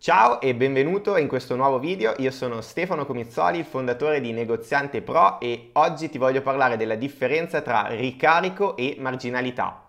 Ciao e benvenuto in questo nuovo video, io sono Stefano Comizzoli, il fondatore di Negoziante Pro e oggi ti voglio parlare della differenza tra ricarico e marginalità.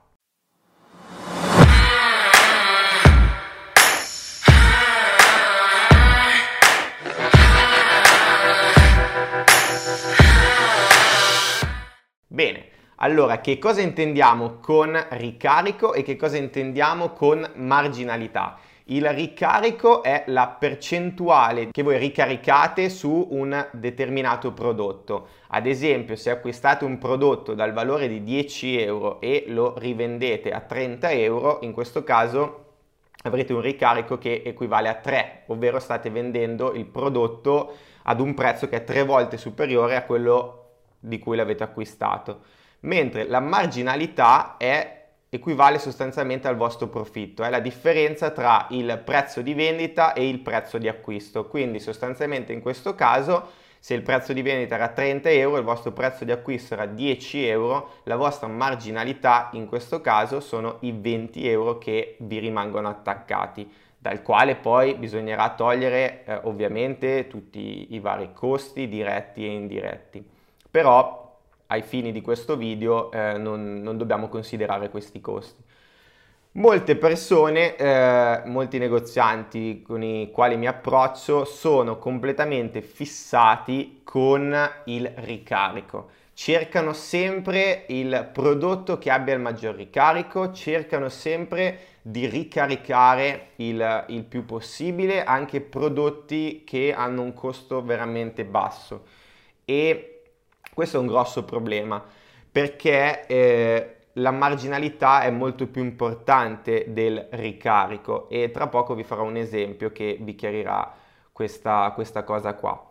Bene, allora che cosa intendiamo con ricarico e che cosa intendiamo con marginalità? Il ricarico è la percentuale che voi ricaricate su un determinato prodotto. Ad esempio, se acquistate un prodotto dal valore di 10 euro e lo rivendete a 30 euro, in questo caso avrete un ricarico che equivale a 3, ovvero state vendendo il prodotto ad un prezzo che è 3 volte superiore a quello di cui l'avete acquistato. Mentre la marginalità equivale sostanzialmente al vostro profitto, è la differenza tra il prezzo di vendita e il prezzo di acquisto. Quindi sostanzialmente in questo caso, se il prezzo di vendita era 30 euro, il vostro prezzo di acquisto era 10 euro, la vostra marginalità in questo caso sono i 20 euro che vi rimangono attaccati, dal quale poi bisognerà togliere ovviamente tutti i vari costi diretti e indiretti. Però ai fini di questo video non dobbiamo considerare questi costi. Molte persone, molti negozianti con i quali mi approccio sono completamente fissati con il ricarico. Cercano sempre il prodotto che abbia il maggior ricarico, cercano sempre di ricaricare il più possibile anche prodotti che hanno un costo veramente basso. E questo è un grosso problema perché la marginalità è molto più importante del ricarico e tra poco vi farò un esempio che vi chiarirà questa cosa qua.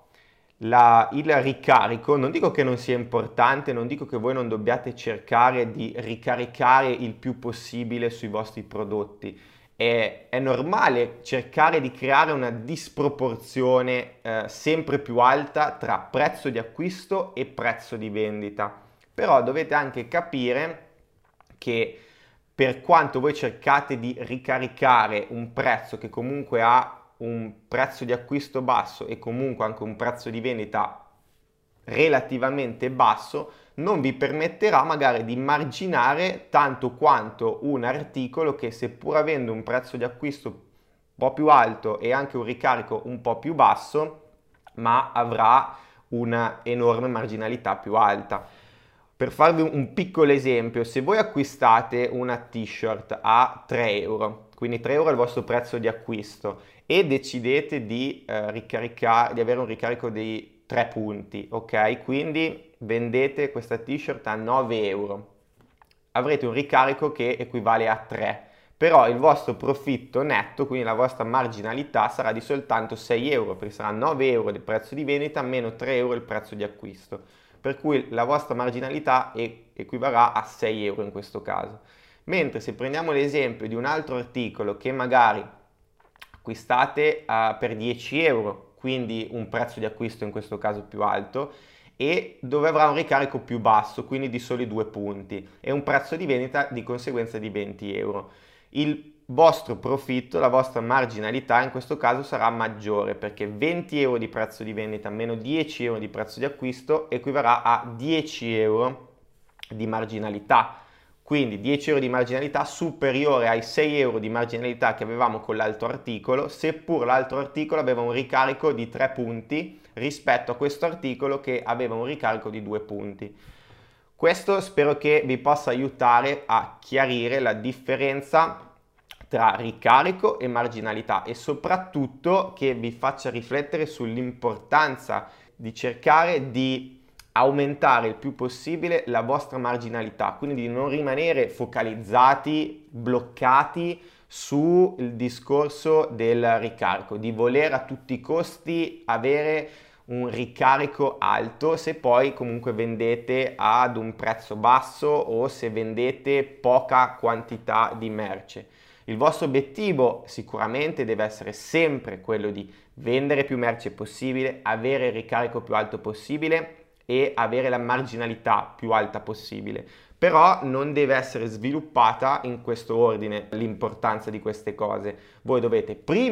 Il ricarico, non dico che non sia importante, non dico che voi non dobbiate cercare di ricaricare il più possibile sui vostri prodotti. È normale cercare di creare una disproporzione sempre più alta tra prezzo di acquisto e prezzo di vendita. Però dovete anche capire che per quanto voi cercate di ricaricare un prezzo che comunque ha un prezzo di acquisto basso e comunque anche un prezzo di vendita relativamente basso, non vi permetterà magari di marginare tanto quanto un articolo che, seppur avendo un prezzo di acquisto un po' più alto e anche un ricarico un po' più basso, ma avrà una enorme marginalità più alta. Per farvi un piccolo esempio, se voi acquistate una t-shirt a 3 euro, quindi 3 euro è il vostro prezzo di acquisto, e decidete di avere un ricarico di 3 punti, ok? Quindi vendete questa t-shirt a 9 euro, avrete un ricarico che equivale a 3, però il vostro profitto netto, quindi la vostra marginalità, sarà di soltanto 6 euro, perché sarà 9 euro il prezzo di vendita meno 3 euro il prezzo di acquisto, per cui la vostra marginalità equivarrà a 6 euro in questo caso. Mentre se prendiamo l'esempio di un altro articolo che magari acquistate per 10 euro, quindi un prezzo di acquisto in questo caso più alto, e dove avrà un ricarico più basso, quindi di soli 2 punti, e un prezzo di vendita di conseguenza di 20 euro. Il vostro profitto, la vostra marginalità in questo caso sarà maggiore, perché 20 euro di prezzo di vendita meno 10 euro di prezzo di acquisto equivarrà a 10 euro di marginalità. Quindi 10 euro di marginalità superiore ai 6 euro di marginalità che avevamo con l'altro articolo, seppur l'altro articolo aveva un ricarico di 3 punti rispetto a questo articolo che aveva un ricarico di 2 punti. Questo spero che vi possa aiutare a chiarire la differenza tra ricarico e marginalità e soprattutto che vi faccia riflettere sull'importanza di cercare di aumentare il più possibile la vostra marginalità, quindi di non rimanere focalizzati, bloccati sul discorso del ricarico, di voler a tutti i costi avere un ricarico alto se poi comunque vendete ad un prezzo basso o se vendete poca quantità di merce. Il vostro obiettivo sicuramente deve essere sempre quello di vendere più merce possibile, avere il ricarico più alto possibile e avere la marginalità più alta possibile. Però non deve essere sviluppata in questo ordine l'importanza di queste cose. Voi dovete prima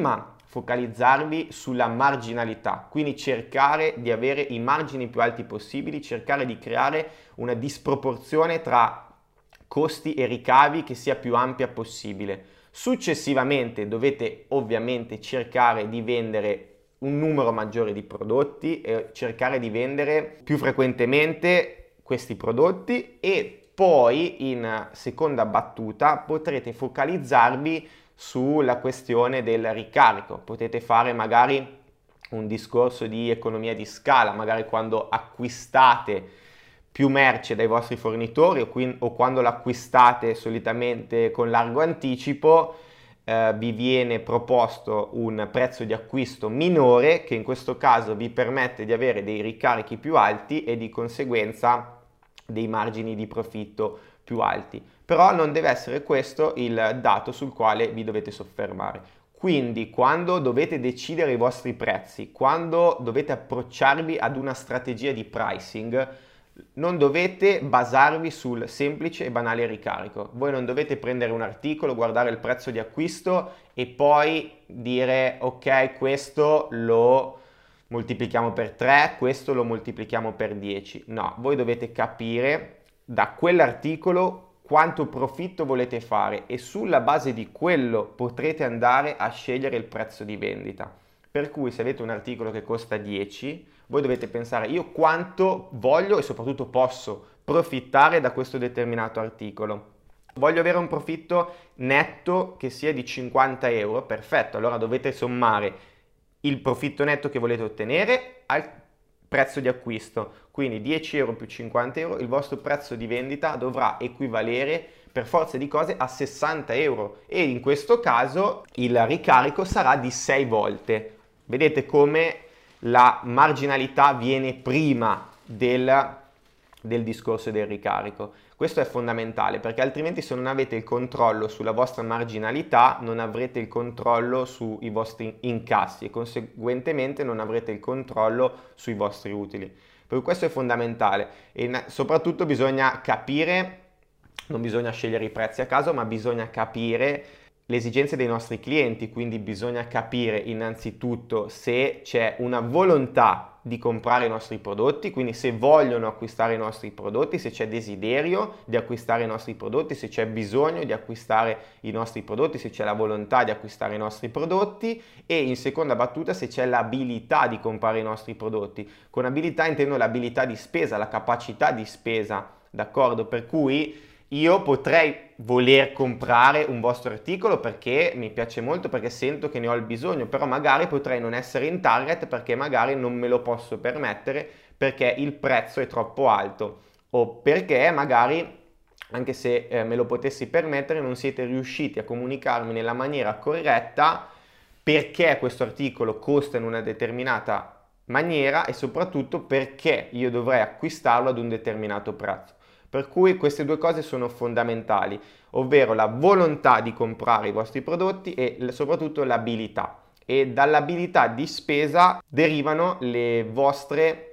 focalizzarvi sulla marginalità, quindi cercare di avere i margini più alti possibili, cercare di creare una disproporzione tra costi e ricavi che sia più ampia possibile. Successivamente dovete ovviamente cercare di vendere un numero maggiore di prodotti e cercare di vendere più frequentemente questi prodotti, e poi in seconda battuta potrete focalizzarvi sulla questione del ricarico. Potete fare magari un discorso di economia di scala, magari quando acquistate più merce dai vostri fornitori o quando l'acquistate solitamente con largo anticipo, vi viene proposto un prezzo di acquisto minore che in questo caso vi permette di avere dei ricarichi più alti e di conseguenza dei margini di profitto più alti. Però non deve essere questo il dato sul quale vi dovete soffermare. Quindi quando dovete decidere i vostri prezzi, quando dovete approcciarvi ad una strategia di pricing, non dovete basarvi sul semplice e banale ricarico. Voi non dovete prendere un articolo, guardare il prezzo di acquisto e poi dire ok, questo lo moltiplichiamo per 3, questo lo moltiplichiamo per 10. No, voi dovete capire da quell'articolo quanto profitto volete fare e sulla base di quello potrete andare a scegliere il prezzo di vendita. Per cui se avete un articolo che costa 10, voi dovete pensare io quanto voglio e soprattutto posso profittare da questo determinato articolo. Voglio avere un profitto netto che sia di 50 euro, perfetto, allora dovete sommare il profitto netto che volete ottenere al prezzo di acquisto, quindi 10 euro più 50 euro, il vostro prezzo di vendita dovrà equivalere per forza di cose a 60 euro e in questo caso il ricarico sarà di 6 volte. Vedete come la marginalità viene prima del discorso del ricarico. Questo è fondamentale perché altrimenti se non avete il controllo sulla vostra marginalità non avrete il controllo sui vostri incassi e conseguentemente non avrete il controllo sui vostri utili. Per cui questo è fondamentale e soprattutto bisogna capire, non bisogna scegliere i prezzi a caso, ma bisogna capire le esigenze dei nostri clienti, quindi bisogna capire innanzitutto se c'è una volontà di comprare i nostri prodotti, quindi se vogliono acquistare i nostri prodotti, se c'è desiderio di acquistare i nostri prodotti, se c'è bisogno di acquistare i nostri prodotti, se c'è la volontà di acquistare i nostri prodotti e in seconda battuta se c'è l'abilità di comprare i nostri prodotti. Con abilità intendo l'abilità di spesa, la capacità di spesa, d'accordo? Per cui io potrei voler comprare un vostro articolo perché mi piace molto, perché sento che ne ho il bisogno, però magari potrei non essere in target perché magari non me lo posso permettere perché il prezzo è troppo alto o perché magari anche se me lo potessi permettere non siete riusciti a comunicarmi nella maniera corretta perché questo articolo costa in una determinata maniera e soprattutto perché io dovrei acquistarlo ad un determinato prezzo. Per cui queste due cose sono fondamentali, ovvero la volontà di comprare i vostri prodotti e soprattutto l'abilità. E dall'abilità di spesa derivano le vostre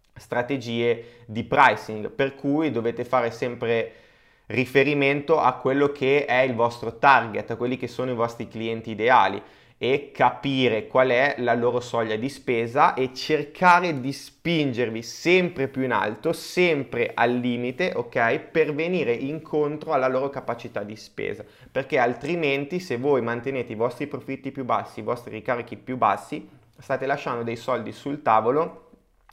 strategie di pricing, per cui dovete fare sempre riferimento a quello che è il vostro target, a quelli che sono i vostri clienti ideali e capire qual è la loro soglia di spesa e cercare di spingervi sempre più in alto, sempre al limite, ok? Per venire incontro alla loro capacità di spesa, perché altrimenti se voi mantenete i vostri profitti più bassi, i vostri ricarichi più bassi, state lasciando dei soldi sul tavolo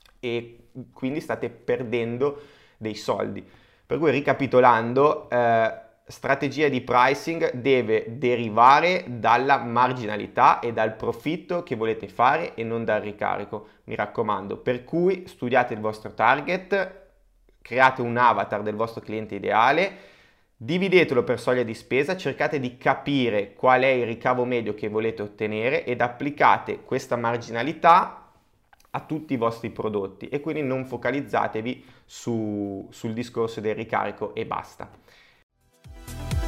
e quindi state perdendo dei soldi. Per cui ricapitolando, strategia di pricing deve derivare dalla marginalità e dal profitto che volete fare e non dal ricarico, mi raccomando. Per cui studiate il vostro target, create un avatar del vostro cliente ideale, dividetelo per soglia di spesa, cercate di capire qual è il ricavo medio che volete ottenere ed applicate questa marginalità a tutti i vostri prodotti e quindi non focalizzatevi sul discorso del ricarico e basta.